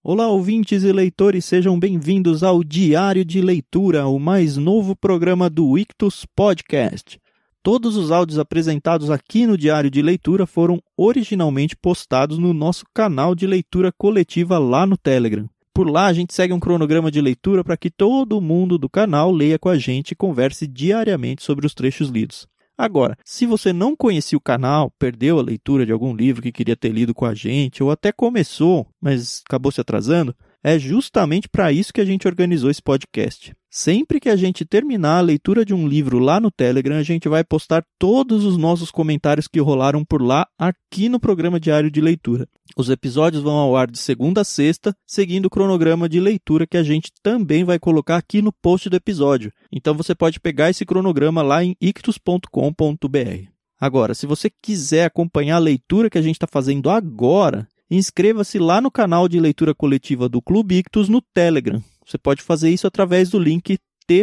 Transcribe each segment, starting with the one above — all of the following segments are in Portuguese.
Olá, ouvintes e leitores, sejam bem-vindos ao Diário de Leitura, o mais novo programa do Ictus Podcast. Todos os áudios apresentados aqui no Diário de Leitura foram originalmente postados no nosso canal de leitura coletiva lá no Telegram. Por lá a gente segue um cronograma de leitura para que todo mundo do canal leia com a gente e converse diariamente sobre os trechos lidos. Agora, se você não conhecia o canal, perdeu a leitura de algum livro que queria ter lido com a gente, ou até começou, mas acabou se atrasando, é justamente para isso que a gente organizou esse podcast. Sempre que a gente terminar a leitura de um livro lá no Telegram, a gente vai postar todos os nossos comentários que rolaram por lá aqui no programa Diário de Leitura. Os episódios vão ao ar de segunda a sexta, seguindo o cronograma de leitura que a gente também vai colocar aqui no post do episódio. Então você pode pegar esse cronograma lá em ictus.com.br. Agora, se você quiser acompanhar a leitura que a gente está fazendo agora, inscreva-se lá no canal de leitura coletiva do Clube Ictus no Telegram. Você pode fazer isso através do link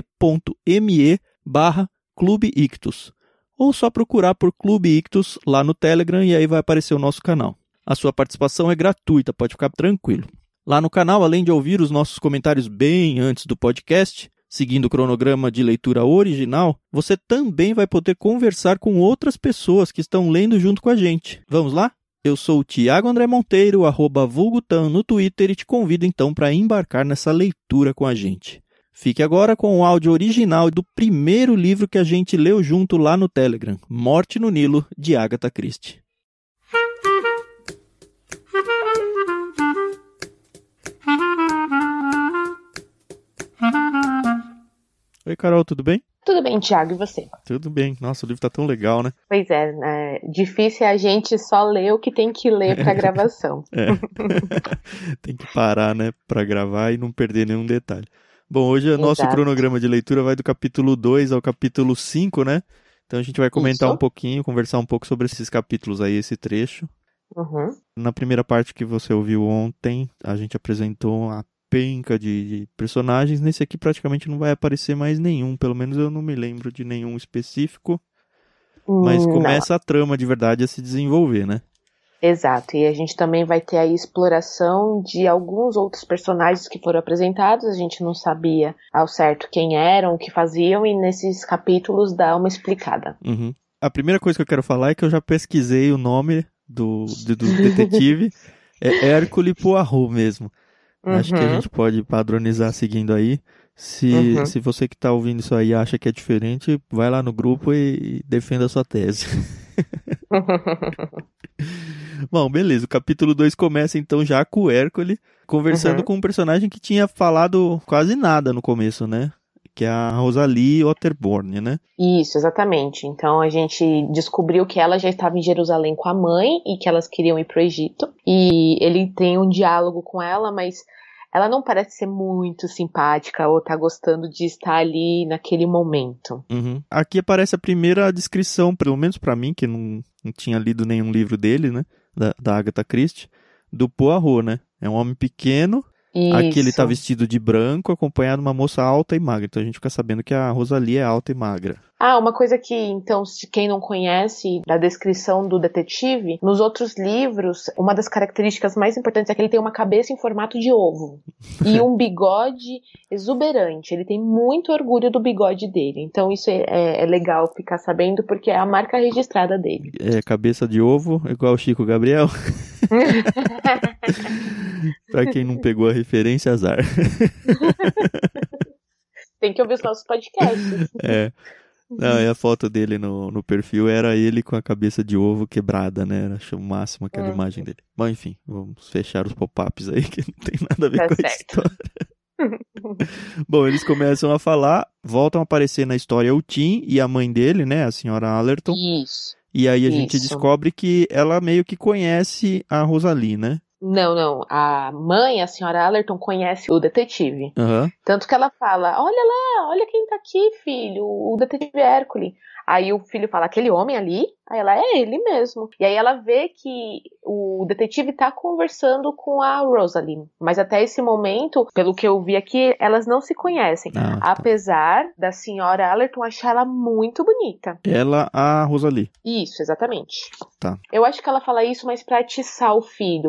t.me/Clube Ictus. Ou só procurar por Clube Ictus lá no Telegram e aí vai aparecer o nosso canal. A sua participação é gratuita, pode ficar tranquilo. Lá no canal, além de ouvir os nossos comentários bem antes do podcast, seguindo o cronograma de leitura original, você também vai poder conversar com outras pessoas que estão lendo junto com a gente. Vamos lá? Eu sou o Thiago André Monteiro, @vulgutan no Twitter e te convido então para embarcar nessa leitura com a gente. Fique agora com o áudio original do primeiro livro que a gente leu junto lá no Telegram, Morte no Nilo, de Agatha Christie. Oi, Carol, tudo bem? Tudo bem, Thiago, e você? Tudo bem. Nossa, o livro tá tão legal, né? Pois é, difícil a gente só ler o que tem que ler pra gravação. Tem que parar, né, pra gravar e não perder nenhum detalhe. Bom, hoje o nosso cronograma de leitura vai do capítulo 2 ao capítulo 5, né? Então a gente vai comentar um pouquinho, conversar um pouco sobre esses capítulos aí, esse trecho. Uhum. Na primeira parte que você ouviu ontem, a gente apresentou a penca de personagens. Nesse aqui praticamente não vai aparecer mais nenhum, pelo menos eu não me lembro de nenhum específico, mas começa a trama de verdade a se desenvolver, né? Exato, e a gente também vai ter a exploração de alguns outros personagens que foram apresentados, a gente não sabia ao certo quem eram, o que faziam, e nesses capítulos dá uma explicada. Uhum. A primeira coisa que eu quero falar é que eu já pesquisei o nome do detetive, é Hercule Poirot mesmo. Acho que a gente pode padronizar seguindo aí. Se você que está ouvindo isso aí acha que é diferente, vai lá no grupo e defenda a sua tese. Bom, beleza. O capítulo 2 começa então já com o Hercule conversando com um personagem que tinha falado quase nada no começo, né? Que é a Rosalie Otterborn, né? Isso, exatamente. Então a gente descobriu que ela já estava em Jerusalém com a mãe e que elas queriam ir para o Egito. E ele tem um diálogo com ela, mas ela não parece ser muito simpática ou tá gostando de estar ali naquele momento. Uhum. Aqui aparece a primeira descrição, pelo menos para mim, que não tinha lido nenhum livro dele, né? Da Agatha Christie, do Poirot, né? É um homem pequeno. Isso. Aqui ele tá vestido de branco, acompanhado de uma moça alta e magra. Então a gente fica sabendo que a Rosalie é alta e magra. Uma coisa que, então, se quem não conhece da descrição do detetive, nos outros livros, uma das características mais importantes é que ele tem uma cabeça em formato de ovo e um bigode exuberante. Ele tem muito orgulho do bigode dele. Então isso é legal ficar sabendo porque é a marca registrada dele. É, cabeça de ovo, igual o Chico Gabriel. Pra quem não pegou a referência, azar. Tem que ouvir os nossos podcasts. Não, e a foto dele no perfil era ele com a cabeça de ovo quebrada, né? Acho o máximo aquela imagem dele. Bom, enfim, vamos fechar os pop-ups aí, que não tem nada a ver com a história. Bom, eles começam a falar, voltam a aparecer na história o Tim e a mãe dele, né? A senhora Allerton. Isso. E aí a gente descobre que ela meio que conhece a Rosalie, né? Não. A mãe, a senhora Allerton, conhece o detetive. Uhum. Tanto que ela fala, olha lá, olha quem tá aqui, filho, o detetive Hercule. Aí o filho fala, aquele homem ali? Aí ela, é ele mesmo. E aí ela vê que o detetive tá conversando com a Rosalie. Mas até esse momento, pelo que eu vi aqui, elas não se conhecem. Apesar da senhora Allerton achar ela muito bonita. Ela, a Rosalie. Isso, exatamente. Tá. Eu acho que ela fala isso, mas pra atiçar o filho. Porque aí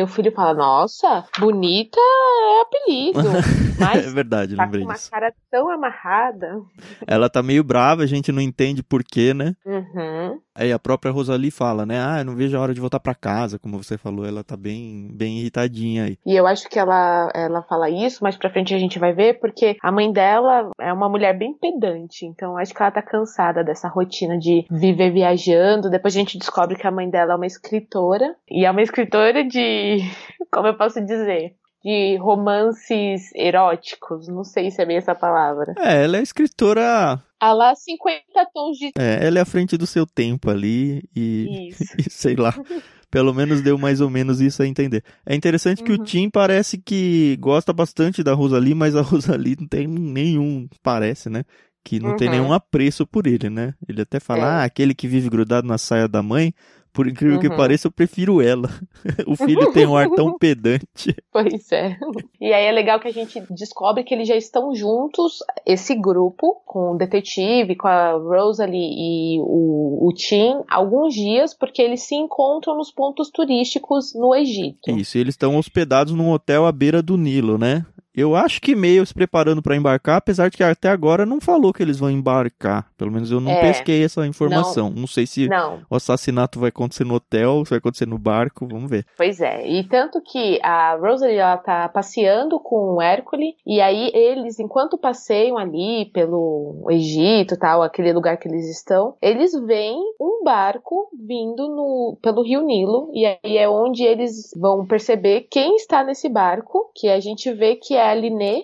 filho fala, nossa, bonita é apelido. Mas É verdade, tá lembrei com uma disso. cara tão amarrada. Ela tá meio brava, a gente não entende por quê, né? Uhum. Aí a própria Rosalie fala, né? Ah, eu não vejo a hora de voltar pra casa, como você falou, ela tá bem irritadinha aí. E eu acho que ela fala isso, mas pra frente a gente vai ver, porque a mãe dela é uma mulher bem pedante, então acho que ela tá cansada dessa rotina de viver viajando. Depois a gente descobre que a mãe dela é uma escritora, e é uma escritora de, como eu posso dizer, de romances eróticos, não sei se é bem essa palavra. Ela é escritora... A lá 50 tons de... ela é à frente do seu tempo ali Isso. e sei lá, pelo menos deu mais ou menos isso a entender. É interessante que o Tim parece que gosta bastante da Rosalie, mas a Rosalie não tem nenhum, parece, né? Que não tem nenhum apreço por ele, né? Ele até fala, aquele que vive grudado na saia da mãe, por incrível que pareça, eu prefiro ela. O filho tem um ar tão pedante. Pois é. E aí é legal que a gente descobre que eles já estão juntos, esse grupo, com o detetive, com a Rosalie e o Tim, alguns dias, porque eles se encontram nos pontos turísticos no Egito. Isso, e eles estão hospedados num hotel à beira do Nilo, né? Eu acho que meio se preparando para embarcar, apesar de que até agora não falou que eles vão embarcar. Pelo menos eu não pesquei essa informação. Não sei se o assassinato vai acontecer no hotel, se vai acontecer no barco, vamos ver. Pois é, e tanto que a Rosalie, ela tá passeando com o Hércules, e aí eles, enquanto passeiam ali pelo Egito, tal, aquele lugar que eles estão, eles veem um barco vindo pelo Rio Nilo, e aí é onde eles vão perceber quem está nesse barco, que a gente vê que é a Linné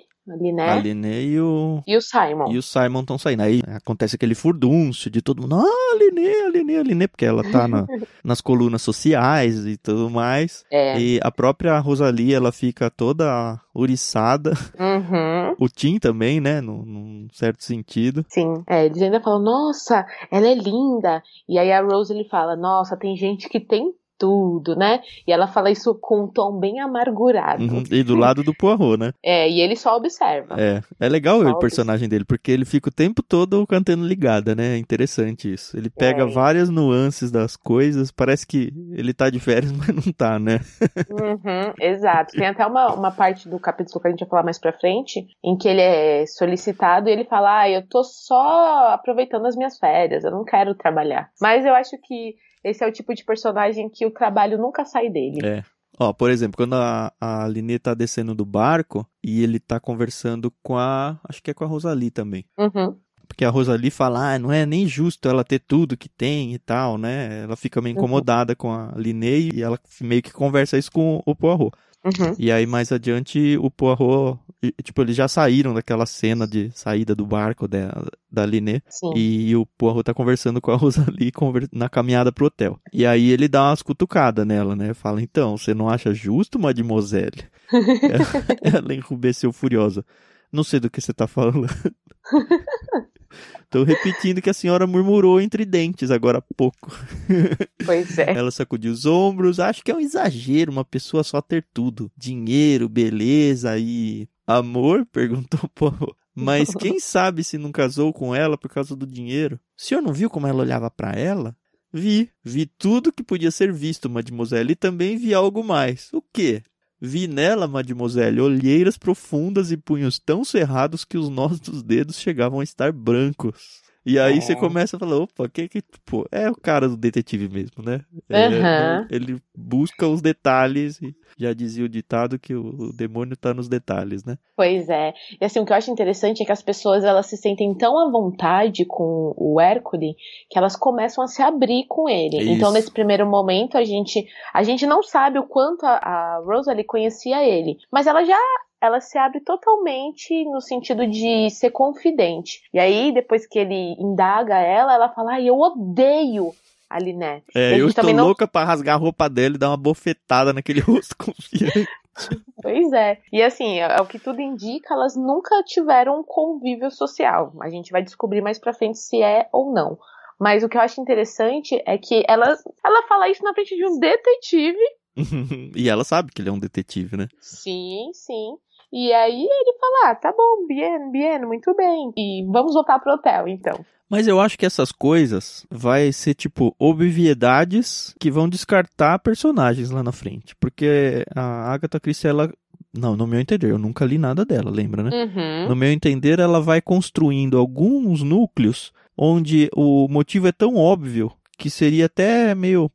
e o Simon. E o Simon estão saindo. Aí acontece aquele furdúncio de todo mundo. Ah, a Linné, porque ela tá nas colunas sociais e tudo mais. E a própria Rosalie, ela fica toda ouriçada. O Tim também, né? Num certo sentido. Sim. Eles ainda falam, nossa, ela é linda. E aí a Rosalie fala, nossa, tem gente que tem tudo, né? E ela fala isso com um tom bem amargurado. E do lado do Poirot, né? E ele só observa. É legal o personagem dele, porque ele fica o tempo todo com a antena ligada, né? É interessante isso. Ele pega várias nuances das coisas, parece que ele tá de férias, mas não tá, né? Exato. Tem até uma parte do capítulo que a gente vai falar mais pra frente, em que ele é solicitado e ele fala, eu tô só aproveitando as minhas férias, eu não quero trabalhar. Mas eu acho que esse é o tipo de personagem que o trabalho nunca sai dele. Por exemplo, quando a Linné tá descendo do barco e ele tá conversando acho que é com a Rosalie também. Porque a Rosalie fala, não é nem justo ela ter tudo que tem e tal, né? Ela fica meio incomodada com a Linné e ela meio que conversa isso com o Poirot. E aí, mais adiante, o Poirot, tipo, eles já saíram daquela cena de saída do barco da Linné. E o Poirot tá conversando com a Rosalie na caminhada pro hotel. E aí ele dá umas cutucadas nela, né? Fala, então, você não acha justo, mademoiselle? Ela enrubesceu furiosa. Não sei do que você tá falando. Tô repetindo que a senhora murmurou entre dentes agora há pouco. Pois é. Ela sacudiu os ombros. Acho que é um exagero uma pessoa só ter tudo. Dinheiro, beleza e amor? Perguntou o Poirot. Mas quem sabe se não casou com ela por causa do dinheiro? O senhor não viu como ela olhava pra ela? Vi tudo que podia ser visto, mademoiselle, e também vi algo mais. O quê? Vi nela, mademoiselle, olheiras profundas e punhos tão cerrados que os nós dos dedos chegavam a estar brancos. E aí você começa a falar, opa, tipo, é o cara do detetive mesmo, né? Ele busca os detalhes e já dizia o ditado que o demônio tá nos detalhes, né? Pois é. E assim, o que eu acho interessante é que as pessoas, elas se sentem tão à vontade com o Hércules que elas começam a se abrir com ele. Isso. Então, nesse primeiro momento, a gente não sabe o quanto a Rosalie conhecia ele, mas ela se abre totalmente no sentido de ser confidente. E aí, depois que ele indaga ela fala, eu odeio a Linné. Eu estou louca pra rasgar a roupa dela e dar uma bofetada naquele rosto confiante. Pois é. E assim, é o que tudo indica, elas nunca tiveram um convívio social. A gente vai descobrir mais pra frente se é ou não. Mas o que eu acho interessante é que ela fala isso na frente de um detetive. E ela sabe que ele é um detetive, né? Sim. E aí ele fala, tá bom, bien, muito bem. E vamos voltar pro hotel, então. Mas eu acho que essas coisas vai ser tipo obviedades que vão descartar personagens lá na frente. Porque a Agatha Christie, ela... Não, no meu entender, eu nunca li nada dela, lembra, né? Uhum. No meu entender, ela vai construindo alguns núcleos onde o motivo é tão óbvio que seria até meio...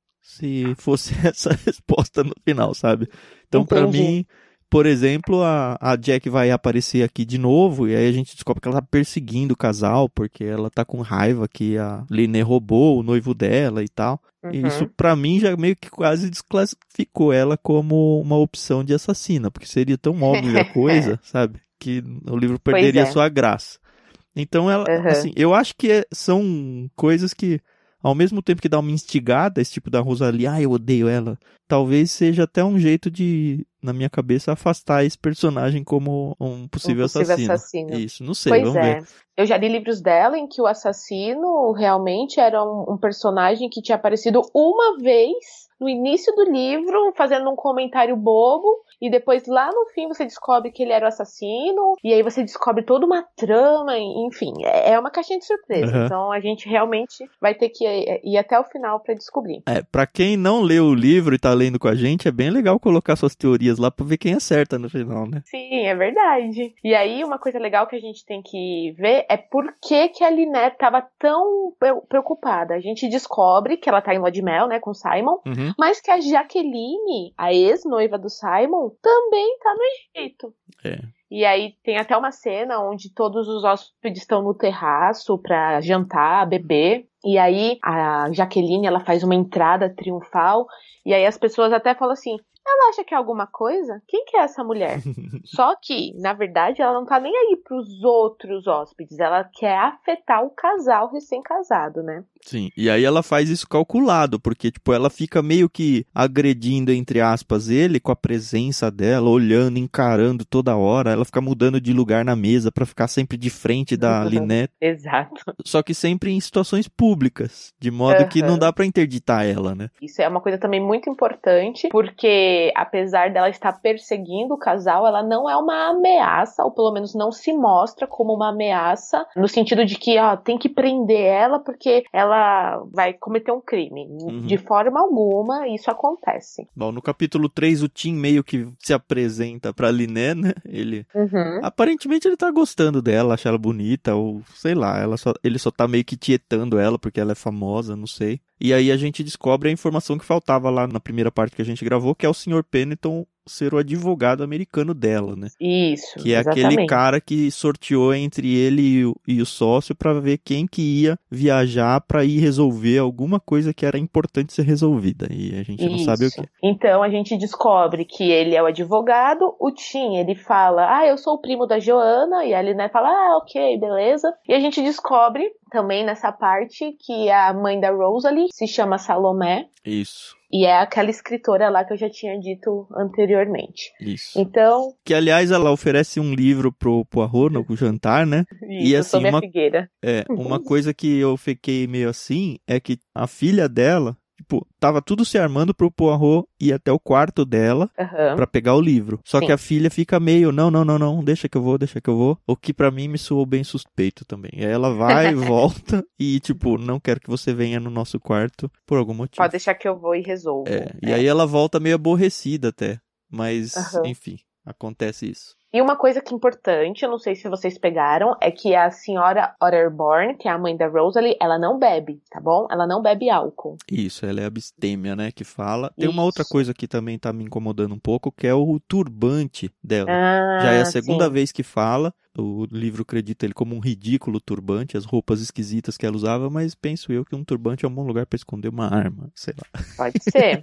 se fosse essa resposta no final, sabe? Então, pra mim... Por exemplo, a Jack vai aparecer aqui de novo e aí a gente descobre que ela tá perseguindo o casal porque ela tá com raiva que a Linnea roubou o noivo dela e tal. E isso pra mim já meio que quase desclassificou ela como uma opção de assassina, porque seria tão óbvia a coisa, sabe? Que o livro perderia sua graça. Então ela, assim, eu acho que são coisas que ao mesmo tempo que dá uma instigada, esse tipo da Rosalie, eu odeio ela, talvez seja até um jeito de, na minha cabeça, afastar esse personagem como um possível assassino. Isso, não sei, vamos ver. Eu já li livros dela em que o assassino realmente era um personagem que tinha aparecido uma vez no início do livro, fazendo um comentário bobo, e depois lá no fim você descobre que ele era o assassino, e aí você descobre toda uma trama, enfim, é uma caixinha de surpresa. Então a gente realmente vai ter que ir até o final pra descobrir. Pra quem não leu o livro e tá lendo com a gente, é bem legal colocar suas teorias lá pra ver quem acerta no final, né? Sim, é verdade. E aí uma coisa legal que a gente tem que ver é por que a Linnea tava tão preocupada. A gente descobre que ela tá em lua de mel, né, com o Simon, mas que a Jaqueline, a ex-noiva do Simon, também tá no Egito. E aí tem até uma cena onde todos os hóspedes estão no terraço pra jantar, beber. E aí a Jaqueline, ela faz uma entrada triunfal. E aí as pessoas até falam assim, ela acha que é alguma coisa? Quem que é essa mulher? Só que, na verdade, ela não tá nem aí pros outros hóspedes. Ela quer afetar o casal recém-casado, né? Sim, e aí ela faz isso calculado, porque, tipo, ela fica meio que agredindo, entre aspas, ele com a presença dela, olhando, encarando toda hora. Ela fica mudando de lugar na mesa pra ficar sempre de frente da Linnea. Exato. Só que sempre em situações públicas, de modo que não dá pra interditar ela, né? Isso é uma coisa também muito importante, porque apesar dela estar perseguindo o casal, ela não é uma ameaça, ou pelo menos não se mostra como uma ameaça, no sentido de que tem que prender ela porque ela vai cometer um crime. De forma alguma, isso acontece. Bom, no capítulo 3, o Tim meio que se apresenta pra Linnea, né? Ele... Aparentemente ele tá gostando dela, acha ela bonita, ou sei lá, ele só tá meio que tietando ela porque ela é famosa, não sei. E aí a gente descobre a informação que faltava lá na primeira parte que a gente gravou, que é o Sr. Pennington ser o advogado americano dela, né? Isso, que é exatamente. Aquele cara que sorteou entre ele e o sócio pra ver quem que ia viajar pra ir resolver alguma coisa que era importante ser resolvida. E a gente não sabe o que. Então a gente descobre que ele é o advogado, o Tim, ele fala, eu sou o primo da Joanna, e a Linnea fala, ok, beleza. E a gente descobre também nessa parte que a mãe da Rosalie se chama Salomé. Isso. E é aquela escritora lá que eu já tinha dito anteriormente. Isso. Então... Que, aliás, ela oferece um livro pro Poirot no jantar, né? Isso, e, assim, sobre a figueira. Uma coisa que eu fiquei meio assim é que a filha dela... Tipo, tava tudo se armando pro Poirot ir até o quarto dela pra pegar o livro. Só que a filha fica meio, não, deixa que eu vou. O que pra mim me soou bem suspeito também. E aí ela vai, volta e, tipo, não quero que você venha no nosso quarto por algum motivo. Pode deixar que eu vou e resolvo. E aí ela volta meio aborrecida até. Mas, enfim, acontece isso. E uma coisa que é importante, eu não sei se vocês pegaram, é que a senhora Otterborn, que é a mãe da Rosalie, ela não bebe, tá bom? Ela não bebe álcool. Isso, ela é abstêmia, né, que fala. Tem uma outra coisa que também tá me incomodando um pouco, que é o turbante dela. Já é a segunda vez que fala. O livro acredita ele como um ridículo turbante, as roupas esquisitas que ela usava, mas penso eu que um turbante é um bom lugar pra esconder uma arma, sei lá. Pode ser.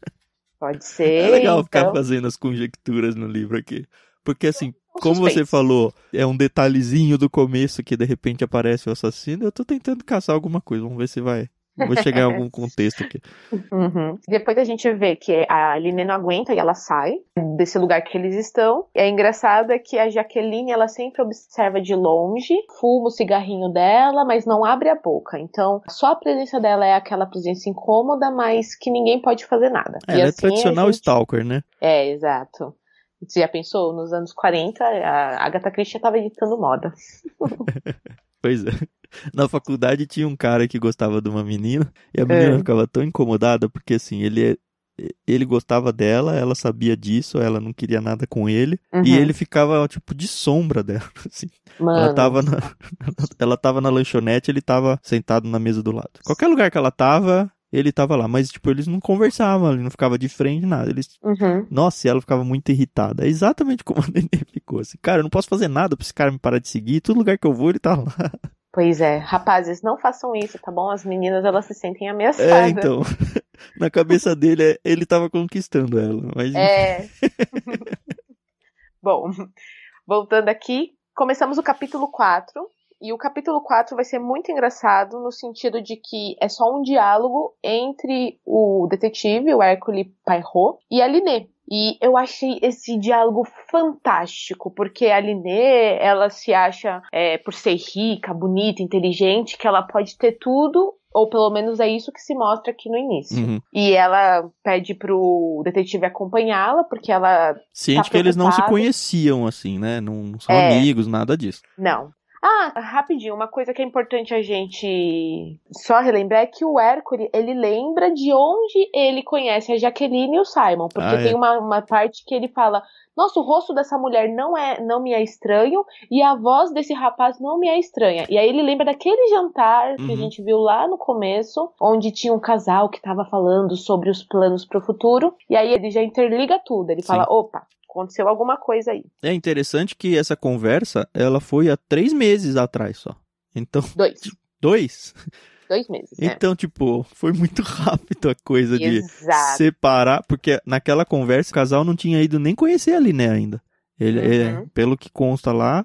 Pode ser. É legal ficar fazendo as conjecturas no livro aqui. Porque assim, como você falou, é um detalhezinho do começo que de repente aparece o assassino, eu tô tentando caçar alguma coisa, vamos ver se vou chegar em algum contexto aqui. Depois a gente vê que a Linnea não aguenta e ela sai desse lugar que eles estão. E é engraçado é que a Jaqueline, ela sempre observa de longe, fuma o cigarrinho dela, mas não abre a boca. Então, só a presença dela é aquela presença incômoda, mas que ninguém pode fazer nada. Ela é tradicional stalker, né? Exato. Você já pensou? Nos anos 40, a Agatha Christie estava editando moda. Pois é. Na faculdade tinha um cara que gostava de uma menina, e a menina ficava tão incomodada, porque assim, ele gostava dela, ela sabia disso, ela não queria nada com ele, e ele ficava, tipo, de sombra dela, assim. Mano. Ela tava na lanchonete, ele tava sentado na mesa do lado. Qualquer lugar que ela tava, ele tava lá, mas, tipo, eles não conversavam, ele não ficava de frente, nada. Nossa, e ela ficava muito irritada. É exatamente como a Nenê ficou, assim. Cara, eu não posso fazer nada pra esse cara me parar de seguir, todo lugar que eu vou, ele tá lá. Pois é, rapazes, não façam isso, tá bom? As meninas, elas se sentem ameaçadas. Então, na cabeça dele, ele tava conquistando ela, mas... Bom, voltando aqui, começamos o capítulo 4, e o capítulo 4 vai ser muito engraçado no sentido de que é só um diálogo entre o detetive, o Hercule Poirot, e a Linné. E eu achei esse diálogo fantástico, porque a Linné, ela se acha, por ser rica, bonita, inteligente, que ela pode ter tudo, ou pelo menos é isso que se mostra aqui no início. E ela pede pro detetive acompanhá-la, porque ela ciente que eles não se conheciam, assim, né? Não são amigos, nada disso. Não. Rapidinho, uma coisa que é importante a gente só relembrar é que o Hercule, ele lembra de onde ele conhece a Jaqueline e o Simon, porque tem uma parte que ele fala: nossa, o rosto dessa mulher não me é estranho, e a voz desse rapaz não me é estranha. E aí ele lembra daquele jantar que a gente viu lá no começo, onde tinha um casal que estava falando sobre os planos pro futuro, e aí ele já interliga tudo, ele fala: opa, aconteceu alguma coisa aí. É interessante que essa conversa, ela foi há 3 meses atrás só. Então... 2. 2? 2 meses, Então, tipo, foi muito rápido a coisa de separar, porque naquela conversa o casal não tinha ido nem conhecer a Linné ainda. Pelo que consta lá,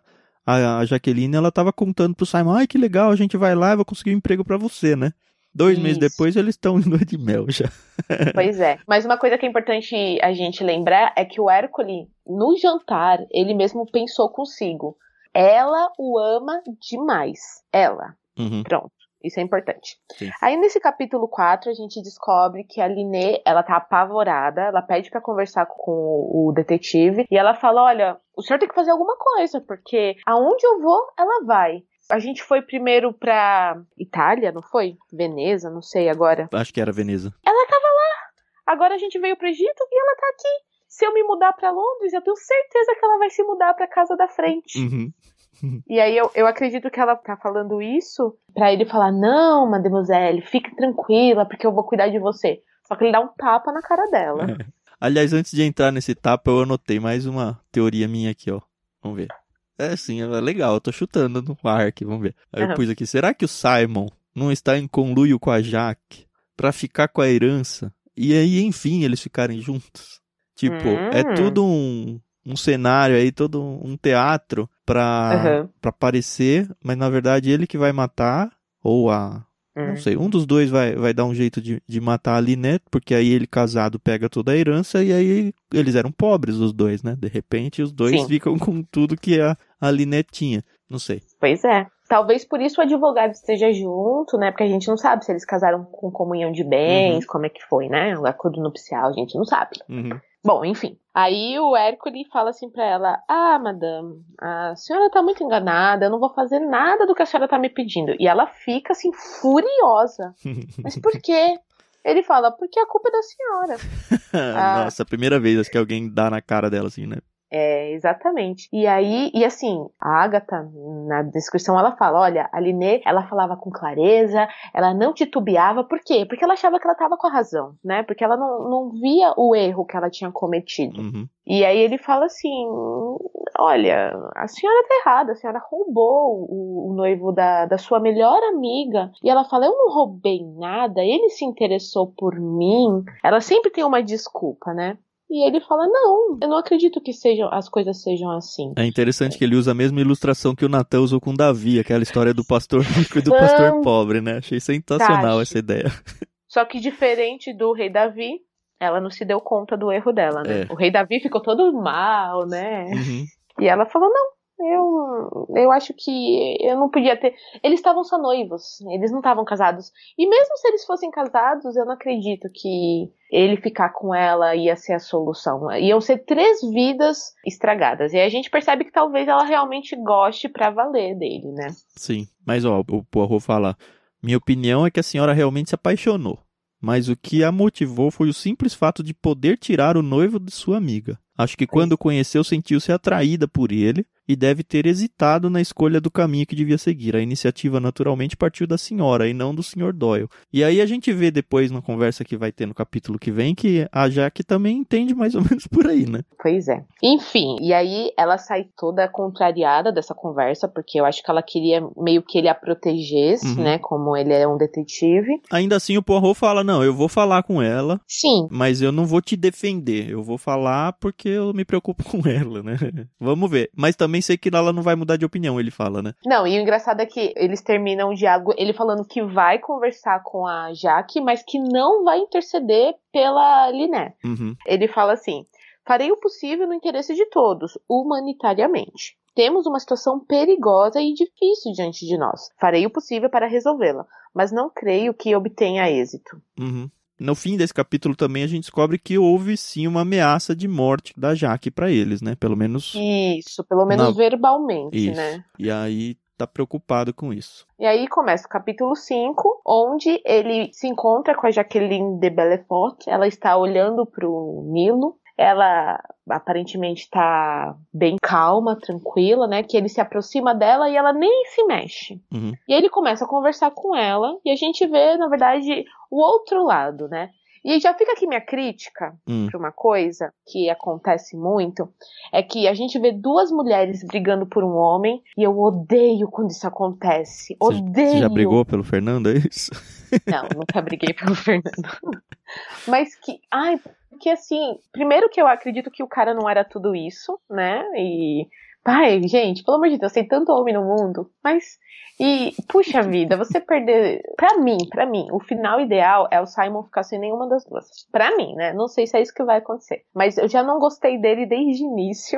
a Jaqueline, ela tava contando pro Simon: ai, que legal, a gente vai lá e vou conseguir um emprego pra você, né? 2 meses depois, eles estão em lua de mel já. Pois é. Mas uma coisa que é importante a gente lembrar é que o Hercule, no jantar, ele mesmo pensou consigo: ela o ama demais. Ela. Pronto. Isso é importante. Sim. Aí nesse capítulo 4 a gente descobre que a Linné, ela tá apavorada, ela pede pra conversar com o detetive e ela fala: olha, o senhor tem que fazer alguma coisa, porque aonde eu vou, ela vai. A gente foi primeiro pra Itália, não foi? Veneza, não sei agora. Acho que era Veneza. Ela tava lá. Agora a gente veio pro Egito e ela tá aqui. Se eu me mudar pra Londres, eu tenho certeza que ela vai se mudar pra casa da frente. E aí eu acredito que ela tá falando isso pra ele falar: não, mademoiselle, fique tranquila, porque eu vou cuidar de você. Só que ele dá um tapa na cara dela. Aliás, antes de entrar nesse tapa, eu anotei mais uma teoria minha aqui, ó. Vamos ver. Sim, é legal, eu tô chutando no ar aqui, vamos ver. Aí eu pus aqui: será que o Simon não está em conluio com a Jaque pra ficar com a herança? E aí, enfim, eles ficarem juntos? Tipo, é tudo um cenário aí, todo um teatro pra parecer, mas na verdade ele que vai matar, ou não sei, um dos dois vai dar um jeito de matar a Linné, porque aí ele casado pega toda a herança, e aí eles eram pobres os dois, né? De repente os dois ficam com tudo que a Linné tinha. Não sei. Pois é. Talvez por isso o advogado esteja junto, né? Porque a gente não sabe se eles casaram com comunhão de bens, como é que foi, né? O acordo nupcial, a gente não sabe. Bom, enfim. Aí o Hercule fala assim pra ela: madame, a senhora tá muito enganada, eu não vou fazer nada do que a senhora tá me pedindo. E ela fica assim, furiosa. Mas por quê? Ele fala: porque a culpa é da senhora. Nossa, a primeira vez acho que alguém dá na cara dela assim, né? Exatamente. E aí, assim, a Agatha, na descrição, ela fala: olha, a Linné, ela falava com clareza, ela não titubeava. Por quê? Porque ela achava que ela estava com a razão, né? Porque ela não via o erro que ela tinha cometido. E aí ele fala assim: olha, a senhora tá errada, a senhora roubou o noivo da sua melhor amiga. E ela fala: eu não roubei nada, ele se interessou por mim. Ela sempre tem uma desculpa, né? E ele fala: não, eu não acredito que as coisas sejam assim. É interessante que ele usa a mesma ilustração que o Natan usou com Davi, aquela história do pastor rico e do pastor pobre, né? Achei sensacional essa ideia. Só que diferente do rei Davi, ela não se deu conta do erro dela, né? O rei Davi ficou todo mal, né? E ela falou: não, eu acho que eu não podia ter... Eles estavam só noivos, eles não estavam casados. E mesmo se eles fossem casados, eu não acredito que ele ficar com ela ia ser a solução. Iam ser 3 vidas estragadas. E aí a gente percebe que talvez ela realmente goste pra valer dele, né? Sim, mas ó, o Poirot fala, minha opinião é que a senhora realmente se apaixonou. Mas o que a motivou foi o simples fato de poder tirar o noivo de sua amiga. Acho que quando o conheceu, sentiu-se atraída por ele e deve ter hesitado na escolha do caminho que devia seguir. A iniciativa naturalmente partiu da senhora e não do Sr. Doyle. E aí a gente vê depois na conversa que vai ter no capítulo que vem que a Jaque também entende mais ou menos por aí, né? Pois é. Enfim, e aí ela sai toda contrariada dessa conversa, porque eu acho que ela queria meio que ele a protegesse, né? Como ele é um detetive. Ainda assim o Poirot fala, não, eu vou falar com ela. Sim. Mas eu não vou te defender, eu vou falar porque eu me preocupo com ela, né? Vamos ver. Mas também sei que ela não vai mudar de opinião, ele fala, né? Não, e o engraçado é que eles terminam o diálogo, ele falando que vai conversar com a Jaque, mas que não vai interceder pela Lynette. Ele fala assim, farei o possível no interesse de todos, humanitariamente. Temos uma situação perigosa e difícil diante de nós. Farei o possível para resolvê-la, mas não creio que obtenha êxito. No fim desse capítulo também a gente descobre que houve sim uma ameaça de morte da Jaque pra eles, né? Pelo menos... Isso, pelo menos verbalmente, isso. né? E aí tá preocupado com isso. E aí começa o capítulo 5, onde ele se encontra com a Jacqueline de Belfort. Ela está olhando pro Nilo. Ela aparentemente tá bem calma, tranquila, né? Que ele se aproxima dela e ela nem se mexe. E aí ele começa a conversar com ela e a gente vê, na verdade, o outro lado, né? E já fica aqui minha crítica pra uma coisa que acontece muito, é que a gente vê 2 mulheres brigando por um homem e eu odeio quando isso acontece. Odeio! Você já brigou pelo Fernando, é isso? Não, nunca briguei pelo Fernando. Mas que... Ai, porque assim, primeiro que eu acredito que o cara não era tudo isso, né? E... Pai, gente, pelo amor de Deus, tem tanto homem no mundo, mas... E, puxa vida, você perder... Pra mim, o final ideal é o Simon ficar sem nenhuma das duas. Pra mim, né? Não sei se é isso que vai acontecer. Mas eu já não gostei dele desde o início.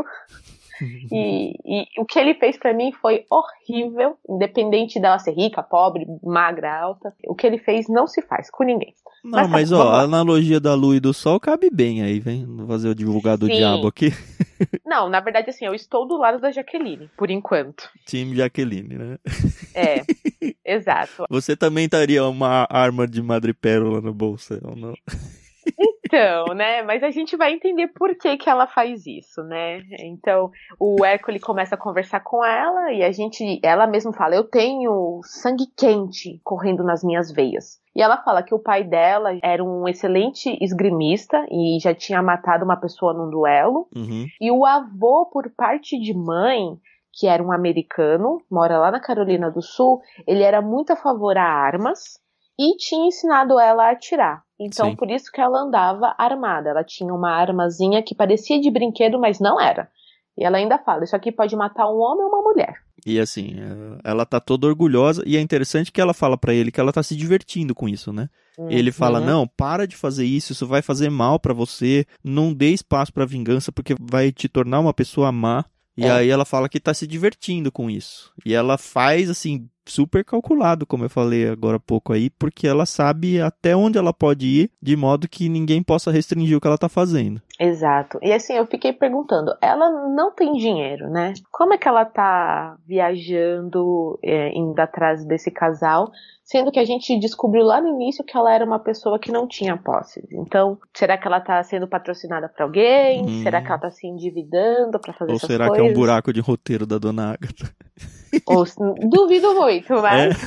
E o que ele fez pra mim foi horrível, independente dela ser rica, pobre, magra, alta. O que ele fez não se faz com ninguém. Não, mas ó, a analogia da lua e do sol cabe bem aí, vem fazer o divulgado do diabo aqui. Não, na verdade, assim, eu estou do lado da Jaqueline, por enquanto. Time Jaqueline, né? É, exato. Você também estaria uma arma de madrepérola no bolso, ou não? Então, né, mas a gente vai entender por que ela faz isso, né? Então, o Hércules começa a conversar com ela e ela mesma fala, eu tenho sangue quente correndo nas minhas veias. E ela fala que o pai dela era um excelente esgrimista e já tinha matado uma pessoa num duelo. E o avô, por parte de mãe, que era um americano, mora lá na Carolina do Sul, ele era muito a favor a armas e tinha ensinado ela a atirar. Então, por isso que ela andava armada. Ela tinha uma armazinha que parecia de brinquedo, mas não era. E ela ainda fala, isso aqui pode matar um homem ou uma mulher. E assim, ela tá toda orgulhosa, e é interessante que ela fala pra ele que ela tá se divertindo com isso, né? Ele fala, não, para de fazer isso vai fazer mal pra você, não dê espaço pra vingança, porque vai te tornar uma pessoa má. E aí ela fala que tá se divertindo com isso. E ela faz, assim, super calculado, como eu falei agora há pouco aí, porque ela sabe até onde ela pode ir, de modo que ninguém possa restringir o que ela tá fazendo. Exato. E assim, eu fiquei perguntando, ela não tem dinheiro, né? Como é que ela tá viajando, indo atrás desse casal, sendo que a gente descobriu lá no início que ela era uma pessoa que não tinha posses? Então, será que ela tá sendo patrocinada por alguém? Será que ela tá se endividando pra fazer essas coisas? Ou será que é um buraco de roteiro da Dona Agatha? Duvido muito, mas...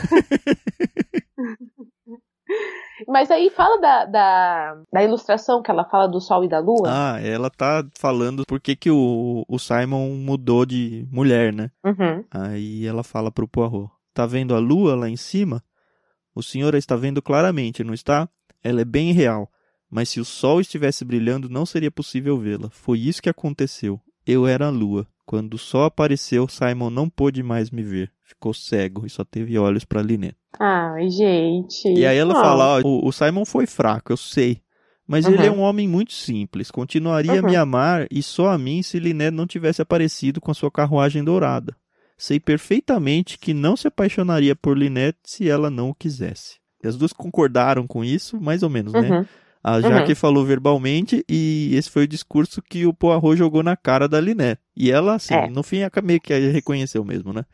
Mas aí fala da ilustração que ela fala do sol e da lua. Ah, ela tá falando por que o Simon mudou de mulher, né? Aí ela fala pro Poirot, tá vendo a lua lá em cima? O senhor a está vendo claramente, não está? Ela é bem real, mas se o sol estivesse brilhando não seria possível vê-la. Foi isso que aconteceu. Eu era a lua. Quando o sol apareceu, Simon não pôde mais me ver. Ficou cego e só teve olhos para Lynette. Ai, gente. E aí ela fala, ó, o Simon foi fraco, eu sei. Mas ele é um homem muito simples. Continuaria a me amar e só a mim se Lynette não tivesse aparecido com a sua carruagem dourada. Sei perfeitamente que não se apaixonaria por Lynette se ela não o quisesse. E as duas concordaram com isso, mais ou menos, né? A Jaque falou verbalmente e esse foi o discurso que o Poirot jogou na cara da Lynette. E ela, assim, no fim, meio que reconheceu mesmo, né?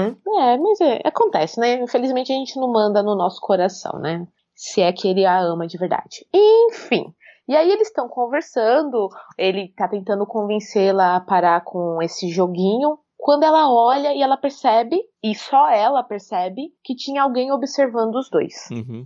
Mas acontece, né? Infelizmente a gente não manda no nosso coração, né? Se é que ele a ama de verdade. Enfim. E aí eles estão conversando, ele tá tentando convencê-la a parar com esse joguinho. Quando ela olha e ela percebe, e só ela percebe, que tinha alguém observando os dois.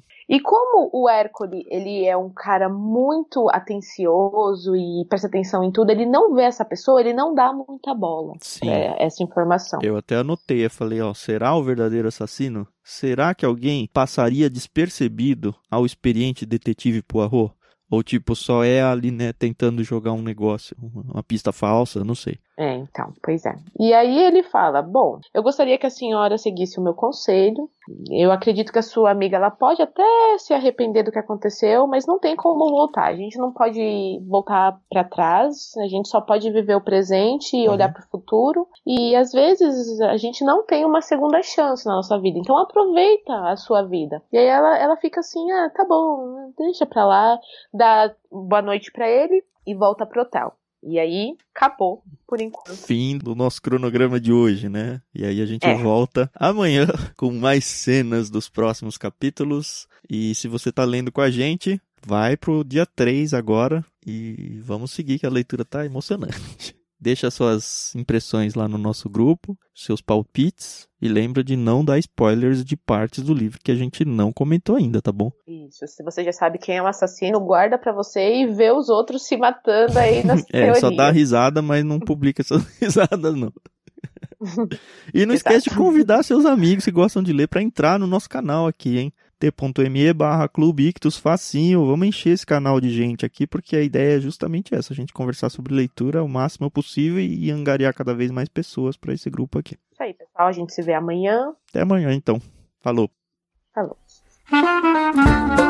E como o Hércules, ele é um cara muito atencioso e presta atenção em tudo, ele não vê essa pessoa, ele não dá muita bola pra essa informação. Eu até anotei, eu falei, será o verdadeiro assassino? Será que alguém passaria despercebido ao experiente detetive Poirot? Ou tipo, só é a Lynette tentando jogar um negócio, uma pista falsa, não sei. Então, pois é. E aí ele fala, bom, eu gostaria que a senhora seguisse o meu conselho. Eu acredito que a sua amiga, ela pode até se arrepender do que aconteceu, mas não tem como voltar. A gente não pode voltar para trás, a gente só pode viver o presente e olhar para o futuro. E às vezes a gente não tem uma segunda chance na nossa vida, então aproveita a sua vida. E aí ela fica assim, tá bom, deixa pra lá, dá boa noite pra ele e volta pro hotel. E aí, acabou, por enquanto. Fim do nosso cronograma de hoje, né? E aí a gente volta amanhã com mais cenas dos próximos capítulos. E se você tá lendo com a gente, vai pro dia 3 agora e vamos seguir, que a leitura tá emocionante. Deixa suas impressões lá no nosso grupo, seus palpites, e lembra de não dar spoilers de partes do livro que a gente não comentou ainda, tá bom? Isso, se você já sabe quem é o assassino, guarda pra você e vê os outros se matando aí nas teorias. Só dá risada, mas não publica essas risadas, não. E não esquece de convidar seus amigos que gostam de ler pra entrar no nosso canal aqui, hein? t.me/Clube Ictus, facinho, vamos encher esse canal de gente aqui, porque a ideia é justamente essa, a gente conversar sobre leitura o máximo possível e angariar cada vez mais pessoas para esse grupo aqui. Isso aí, pessoal, a gente se vê amanhã. Até amanhã, então. Falou. Falou.